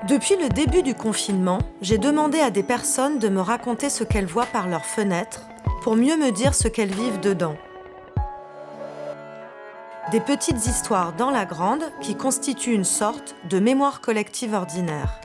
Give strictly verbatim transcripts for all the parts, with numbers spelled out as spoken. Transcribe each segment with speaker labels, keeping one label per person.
Speaker 1: Depuis le début du confinement, j'ai demandé à des personnes de me raconter ce qu'elles voient par leurs fenêtres pour mieux me dire ce qu'elles vivent dedans. Des petites histoires dans la grande qui constituent une sorte de mémoire collective ordinaire.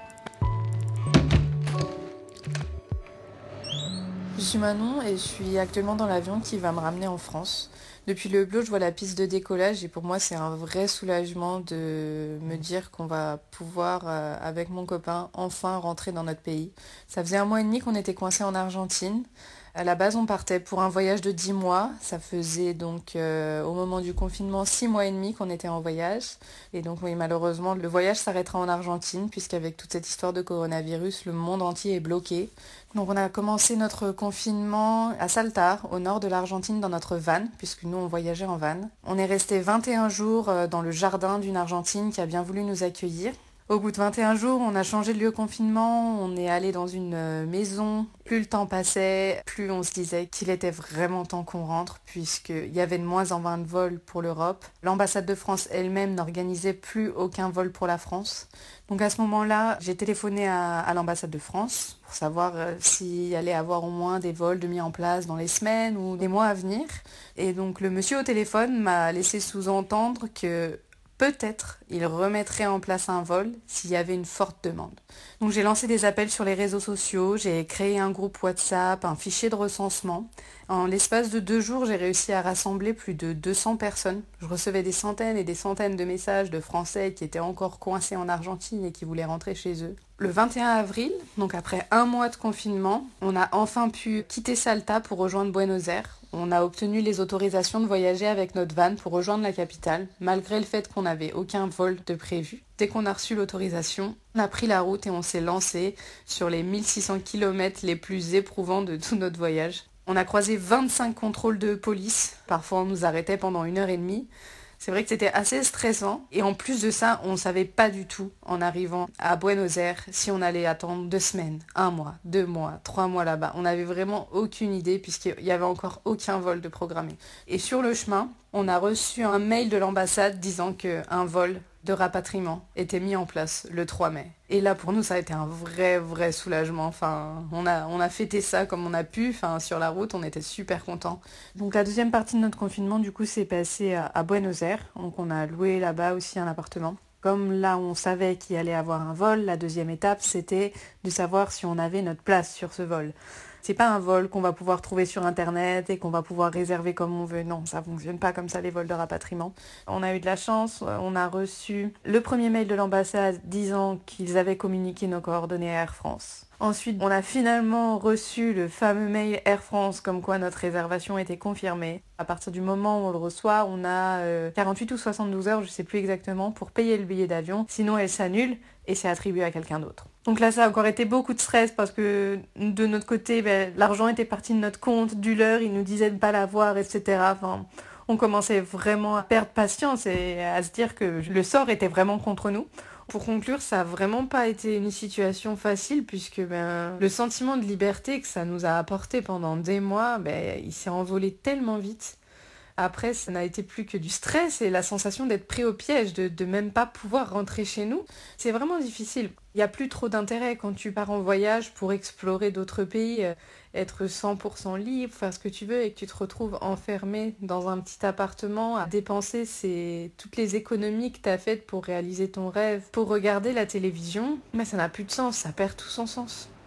Speaker 2: Je suis Manon et je suis actuellement dans l'avion qui va me ramener en France. Depuis le Blot, je vois la piste de décollage et pour moi c'est un vrai soulagement de me dire qu'on va pouvoir, euh, avec mon copain, enfin rentrer dans notre pays. Ça faisait un mois et demi qu'on était coincés en Argentine. À la base, on partait pour un voyage de dix mois. Ça faisait donc, euh, au moment du confinement, six mois et demi qu'on était en voyage. Et donc, oui, malheureusement, le voyage s'arrêtera en Argentine, puisqu'avec toute cette histoire de coronavirus, le monde entier est bloqué. Donc, on a commencé notre confinement à Salta, au nord de l'Argentine, dans notre van, puisque nous, on voyageait en van. On est resté vingt et un jours dans le jardin d'une Argentine qui a bien voulu nous accueillir. Au bout de vingt et un jours, on a changé de lieu de confinement, on est allé dans une maison. Plus le temps passait, plus on se disait qu'il était vraiment temps qu'on rentre, puisqu'il y avait de moins en moins de vols pour l'Europe. L'ambassade de France elle-même n'organisait plus aucun vol pour la France. Donc à ce moment-là, j'ai téléphoné à, à l'ambassade de France pour savoir euh, s'il allait avoir au moins des vols de mis en place dans les semaines ou les mois à venir. Et donc le monsieur au téléphone m'a laissé sous-entendre que peut-être il remettrait en place un vol s'il y avait une forte demande. Donc j'ai lancé des appels sur les réseaux sociaux, j'ai créé un groupe WhatsApp, un fichier de recensement. En l'espace de deux jours, j'ai réussi à rassembler plus de deux cents personnes. Je recevais des centaines et des centaines de messages de Français qui étaient encore coincés en Argentine et qui voulaient rentrer chez eux. Le vingt et un avril, donc après un mois de confinement, on a enfin pu quitter Salta pour rejoindre Buenos Aires. On a obtenu les autorisations de voyager avec notre van pour rejoindre la capitale, malgré le fait qu'on n'avait aucun vol de prévu. Dès qu'on a reçu l'autorisation, on a pris la route et on s'est lancé sur les mille six cents kilomètres les plus éprouvants de tout notre voyage. On a croisé vingt-cinq contrôles de police. Parfois, on nous arrêtait pendant une heure et demie. C'est vrai que c'était assez stressant. Et en plus de ça, on ne savait pas du tout, en arrivant à Buenos Aires, si on allait attendre deux semaines, un mois, deux mois, trois mois là-bas. On n'avait vraiment aucune idée puisqu'il n'y avait encore aucun vol de programmé. Et sur le chemin, on a reçu un mail de l'ambassade disant qu'un vol de rapatriement était mis en place le trois mai. Et là, pour nous, ça a été un vrai, vrai soulagement. Enfin, on a, on a fêté ça comme on a pu. Enfin, sur la route, on était super contents. Donc, la deuxième partie de notre confinement, du coup, s'est passée à, à Buenos Aires. Donc, on a loué là-bas aussi un appartement. Comme là, on savait qu'il allait avoir un vol, la deuxième étape, c'était de savoir si on avait notre place sur ce vol. C'est pas un vol qu'on va pouvoir trouver sur internet et qu'on va pouvoir réserver comme on veut. Non, ça fonctionne pas comme ça les vols de rapatriement. On a eu de la chance, on a reçu le premier mail de l'ambassade disant qu'ils avaient communiqué nos coordonnées à Air France. Ensuite, on a finalement reçu le fameux mail Air France comme quoi notre réservation était confirmée. À partir du moment où on le reçoit, on a euh, quarante-huit ou soixante-douze heures, je sais plus exactement, pour payer le billet d'avion. Sinon, elle s'annule et c'est attribué à quelqu'un d'autre. Donc là, ça a encore été beaucoup de stress parce que de notre côté, ben, l'argent était parti de notre compte, du leur, ils nous disaient de ne pas l'avoir, et cetera. Enfin, on commençait vraiment à perdre patience et à se dire que le sort était vraiment contre nous. Pour conclure, ça n'a vraiment pas été une situation facile puisque ben, le sentiment de liberté que ça nous a apporté pendant des mois, ben, il s'est envolé tellement vite. Après, ça n'a été plus que du stress et la sensation d'être pris au piège, de, de même pas pouvoir rentrer chez nous. C'est vraiment difficile. Il n'y a plus trop d'intérêt quand tu pars en voyage pour explorer d'autres pays, euh, être cent pour cent libre, faire ce que tu veux et que tu te retrouves enfermé dans un petit appartement à dépenser ces... toutes les économies que tu as faites pour réaliser ton rêve, pour regarder la télévision. Mais ça n'a plus de sens, ça perd tout son sens.